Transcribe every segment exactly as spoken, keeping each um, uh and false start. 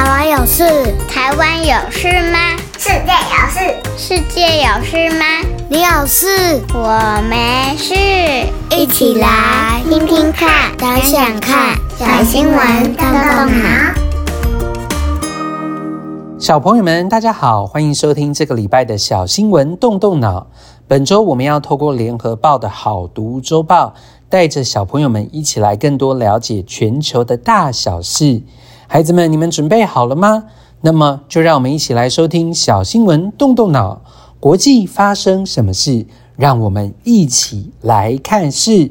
台湾有事？ 台湾有事吗？ 世界有事？ 世界有事吗？ 你有事？ 我没事。 一起来听听看，想想看， 小新闻动动脑。 小朋友们大家好，欢迎收听这个礼拜的小新闻动动脑。本周我们要透过联合报的好读周报，带着小朋友们一起来更多了解全球的大小事。孩子们，你们准备好了吗？那么就让我们一起来收听小新闻动动脑，国际发生什么事，让我们一起来看事。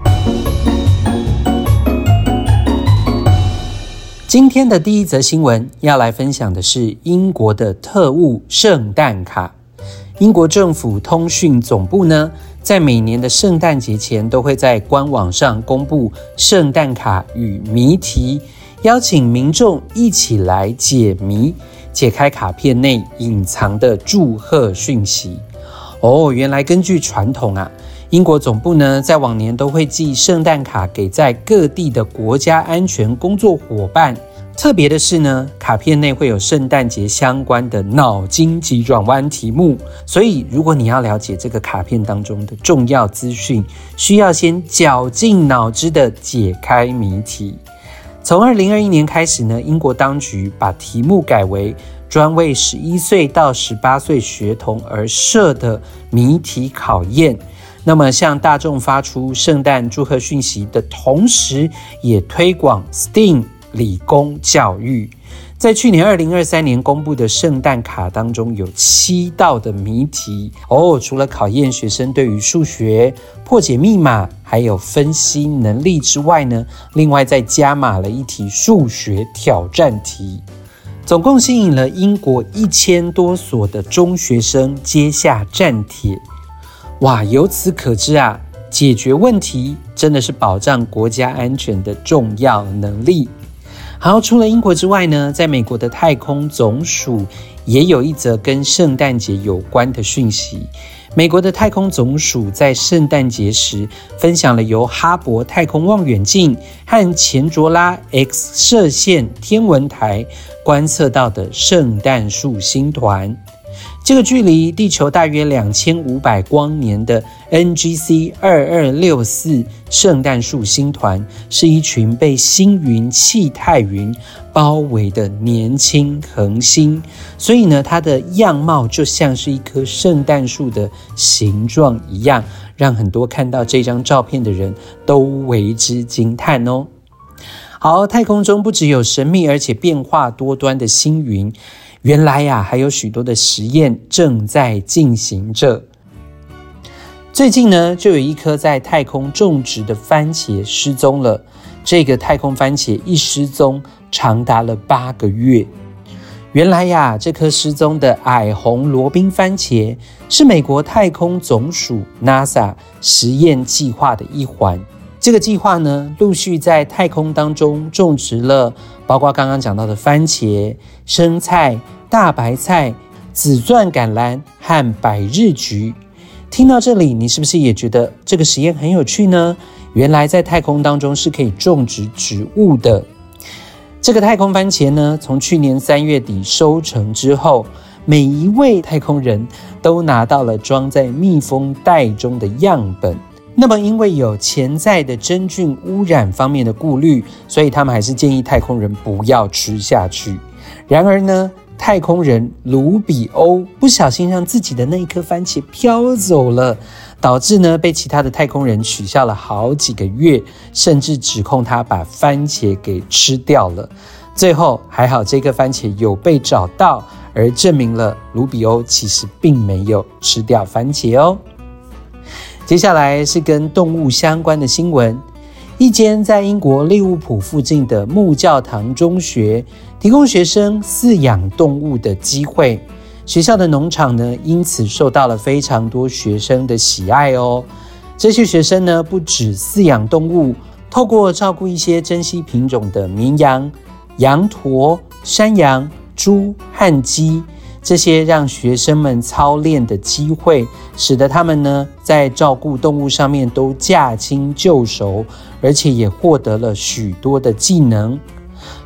今天的第一则新闻要来分享的是英国的特务圣诞卡。英国政府通讯总部呢，在每年的圣诞节前都会在官网上公布圣诞卡与谜题，邀请民众一起来解谜，解开卡片内隐藏的祝贺讯息。哦，原来根据传统啊，英国总部呢，在往年都会寄圣诞卡给在各地的国家安全工作伙伴。特别的是呢，卡片内会有圣诞节相关的脑筋急转弯题目，所以如果你要了解这个卡片当中的重要资讯，需要先绞尽脑汁的解开谜题。从二零二一年开始呢，英国当局把题目改为专为十一岁到十八岁学童而设的谜题考验。那么向大众发出圣诞祝贺讯息的同时，也推广 S T E A M 理工教育。在去年二零二三年公布的圣诞卡当中，有七道的谜题哦。除了考验学生对于数学、破解密码还有分析能力之外呢，另外再加码了一题数学挑战题，总共吸引了英国一千多所的中学生接下战帖。哇，由此可知啊，解决问题真的是保障国家安全的重要能力。好，除了英国之外呢，在美国的太空总署也有一则跟圣诞节有关的讯息。美国的太空总署在圣诞节时分享了由哈勃太空望远镜和前卓拉 X 射线天文台观测到的圣诞树星团。这个距离地球大约两千五百光年的 N G C 二二六四 圣诞树星团，是一群被星云气态云包围的年轻恒星，所以呢，它的样貌就像是一棵圣诞树的形状一样，让很多看到这张照片的人都为之惊叹哦。好，太空中不只有神秘而且变化多端的星云，原来呀、啊，还有许多的实验正在进行着。最近呢，就有一颗在太空种植的番茄失踪了。这个太空番茄一失踪，长达了八个月。原来呀、啊，这颗失踪的矮红罗宾番茄是美国太空总署 NASA 实验计划的一环。这个计划呢，陆续在太空当中种植了包括刚刚讲到的番茄、生菜、大白菜、紫钻橄榄和百日菊。听到这里，你是不是也觉得这个实验很有趣呢？原来在太空当中是可以种植植物的。这个太空番茄呢，从去年三月底收成之后，每一位太空人都拿到了装在密封袋中的样本。那么因为有潜在的真菌污染方面的顾虑，所以他们还是建议太空人不要吃下去。然而呢，太空人卢比欧不小心让自己的那一颗番茄飘走了，导致呢被其他的太空人取笑了好几个月，甚至指控他把番茄给吃掉了。最后还好这颗番茄有被找到，而证明了卢比欧其实并没有吃掉番茄哦。接下来是跟动物相关的新闻。一间在英国利物浦附近的木教堂中学提供学生饲养动物的机会，学校的农场呢，因此受到了非常多学生的喜爱哦。这些学生呢，不只饲养动物，透过照顾一些珍稀品种的绵羊、羊驼、山羊、猪和鸡，这些让学生们操练的机会，使得他们呢在照顾动物上面都驾轻就熟，而且也获得了许多的技能。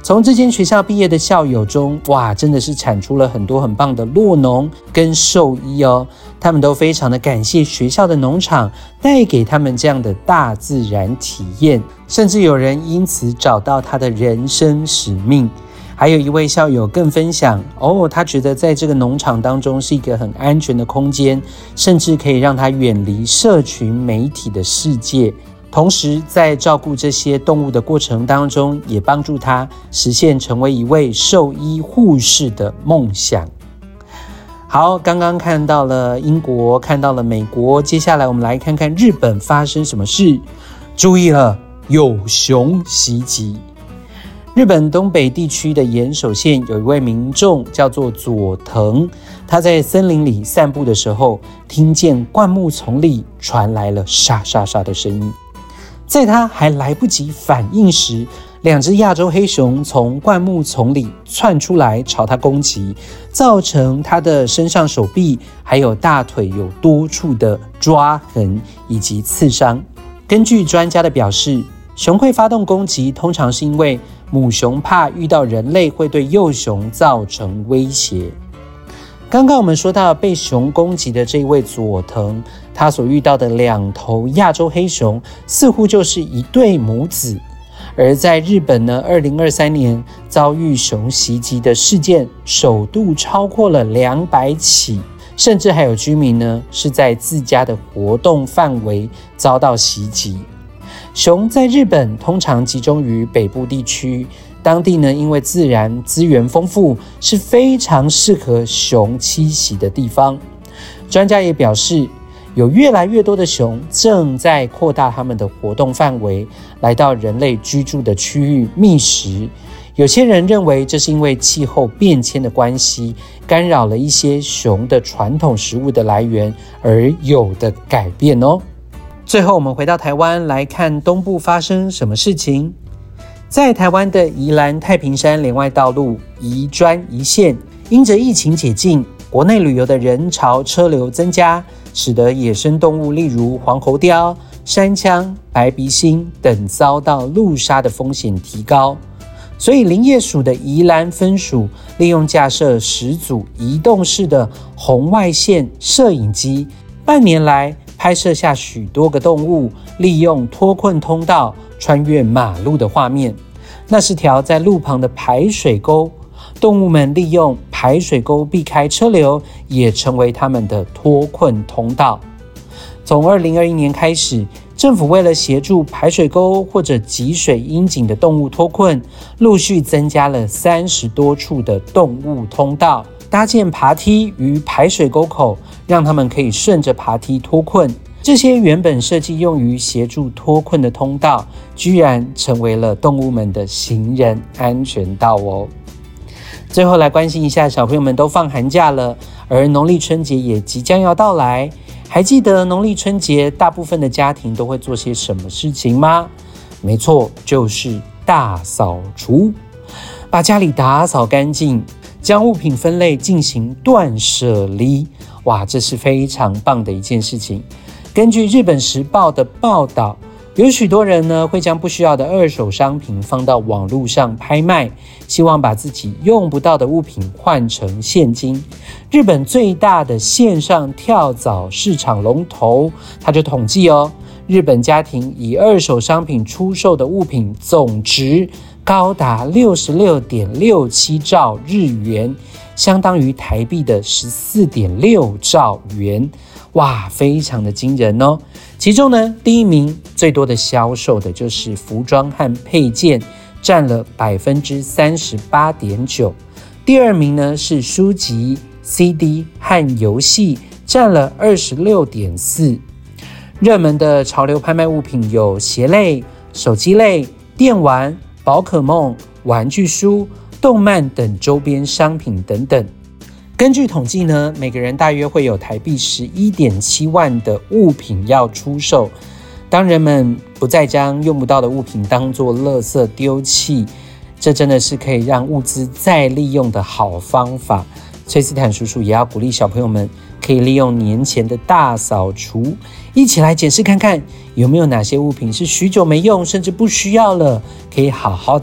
从这间学校毕业的校友中，哇，真的是产出了很多很棒的酪农跟兽医哦。他们都非常的感谢学校的农场带给他们这样的大自然体验，甚至有人因此找到他的人生使命。还有一位校友更分享，哦，他觉得在这个农场当中是一个很安全的空间，甚至可以让他远离社群媒体的世界。同时在照顾这些动物的过程当中，也帮助他实现成为一位兽医护士的梦想。好，刚刚看到了英国，看到了美国，接下来我们来看看日本发生什么事。注意了，有熊袭击。日本东北地区的岩手县有一位民众叫做佐藤，他在森林里散步的时候，听见灌木丛里传来了沙沙沙的声音。在他还来不及反应时，两只亚洲黑熊从灌木丛里窜出来朝他攻击，造成他的身上、手臂还有大腿有多处的抓痕以及刺伤。根据专家的表示，熊会发动攻击通常是因为母熊怕遇到人类会对幼熊造成威胁。刚刚我们说到被熊攻击的这一位佐藤，他所遇到的两头亚洲黑熊似乎就是一对母子。而在日本呢，二零二三年遭遇熊袭击的事件首度超过了两百起，甚至还有居民呢是在自家的活动范围遭到袭击。熊在日本通常集中于北部地区，当地呢因为自然资源丰富，是非常适合熊栖息的地方。专家也表示，有越来越多的熊正在扩大它们的活动范围，来到人类居住的区域觅食。有些人认为这是因为气候变迁的关系，干扰了一些熊的传统食物的来源而有的改变哦。最后我们回到台湾来看东部发生什么事情。在台湾的宜兰太平山连外道路宜专宜线，因着疫情解禁，国内旅游的人潮车流增加，使得野生动物例如黄喉貂、山羌、白鼻星等遭到路杀的风险提高。所以林业署的宜兰分署利用架设十组移动式的红外线摄影机，半年来拍摄下许多个动物利用脱困通道穿越马路的画面。那是条在路旁的排水沟，动物们利用排水沟避开车流，也成为他们的脱困通道。从二零二一年开始，政府为了协助排水沟或者集水因井的动物脱困，陆续增加了三十多处的动物通道，搭建爬梯于排水沟口，让他们可以顺着爬梯脱困。这些原本设计用于协助脱困的通道，居然成为了动物们的行人安全道哦。最后来关心一下，小朋友们都放寒假了，而农历春节也即将要到来。还记得农历春节大部分的家庭都会做些什么事情吗？没错，就是大扫除，把家里打扫干净，将物品分类进行断舍离。哇，这是非常棒的一件事情。根据日本时报的报道，有许多人呢会将不需要的二手商品放到网络上拍卖，希望把自己用不到的物品换成现金。日本最大的线上跳蚤市场龙头，他就统计哦，日本家庭以二手商品出售的物品总值高达 六十六点六七兆日元，相当于台币的 十四点六兆元。哇，非常的惊人哦。其中呢，第一名最多的销售的就是服装和配件，占了 百分之三十八点九。第二名呢是书籍、C D 和游戏，占了 二十六点四。热门的潮流拍卖物品有鞋类、手机类、电玩、宝可梦、玩具书、动漫等周边商品等等。根据统计呢，每个人大约会有台币 十一点七万的物品要出售。当人们不再将用不到的物品当作垃圾丢弃，这真的是可以让物资再利用的好方法。崔斯坦叔叔也要鼓励小朋友们可以利用年前的大扫除，一起来检视看看有没有哪些物品是许久没用甚至不需要了，可以好好的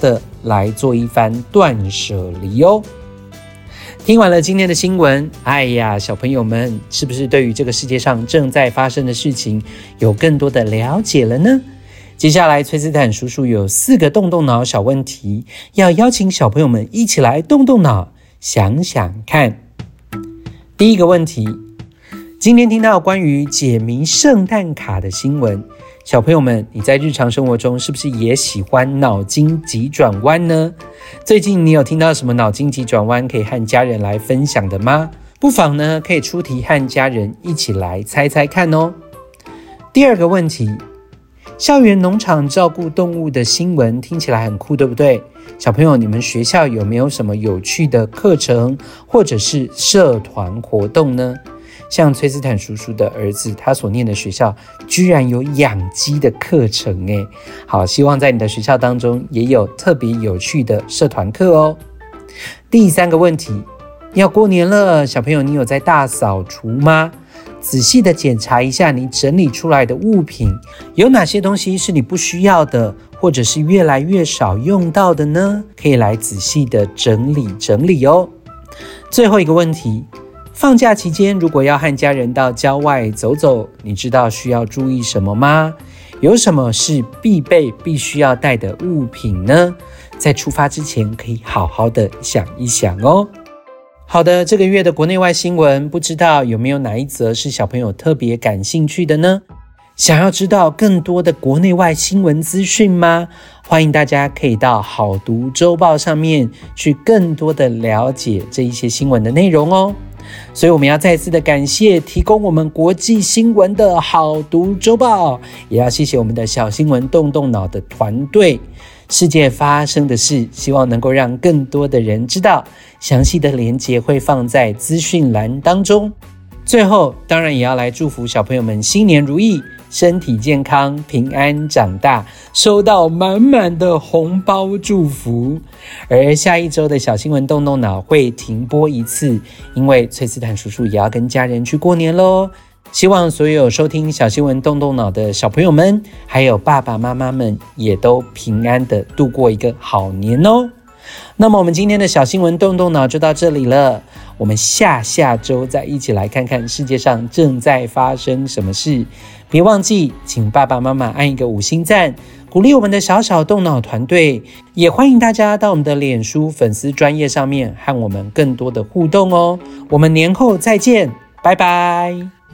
来做一番断舍离哦。听完了今天的新闻，哎呀，小朋友们是不是对于这个世界上正在发生的事情有更多的了解了呢？接下来崔斯坦叔叔有四个动动脑小问题，要邀请小朋友们一起来动动脑，想想看。第一个问题，今天听到关于解谜圣诞卡的新闻，小朋友们，你在日常生活中是不是也喜欢脑筋急转弯呢？最近你有听到什么脑筋急转弯可以和家人来分享的吗？不妨呢可以出题和家人一起来猜猜看哦。第二个问题，校园农场照顾动物的新闻听起来很酷，对不对？小朋友，你们学校有没有什么有趣的课程或者是社团活动呢？像崔斯坦叔叔的儿子，他所念的学校居然有养鸡的课程耶。好，希望在你的学校当中也有特别有趣的社团课哦。第三个问题，要过年了，小朋友，你有在大扫除吗？仔细的检查一下你整理出来的物品，有哪些东西是你不需要的，或者是越来越少用到的呢？可以来仔细的整理整理哦。最后一个问题，放假期间如果要和家人到郊外走走，你知道需要注意什么吗？有什么是必备必须要带的物品呢？在出发之前可以好好的想一想哦。好的，这个月的国内外新闻，不知道有没有哪一则是小朋友特别感兴趣的呢？想要知道更多的国内外新闻资讯吗？欢迎大家可以到好读周报上面去更多的了解这一些新闻的内容哦。所以我们要再次的感谢提供我们国际新闻的好读周报，也要谢谢我们的小新闻动动脑的团队。世界发生的事，希望能够让更多的人知道，详细的连结会放在资讯栏当中。最后当然也要来祝福小朋友们新年如意，身体健康，平安长大，收到满满的红包祝福。而下一周的小新闻动动脑会停播一次，因为崔斯坦叔叔也要跟家人去过年咯。希望所有收听小新闻动动脑的小朋友们，还有爸爸妈妈们，也都平安的度过一个好年哦。那么我们今天的小新闻动动脑就到这里了，我们下下周再一起来看看世界上正在发生什么事。别忘记请爸爸妈妈按一个五星赞，鼓励我们的小小动脑团队，也欢迎大家到我们的脸书粉丝专页上面和我们更多的互动哦。我们年后再见，拜拜。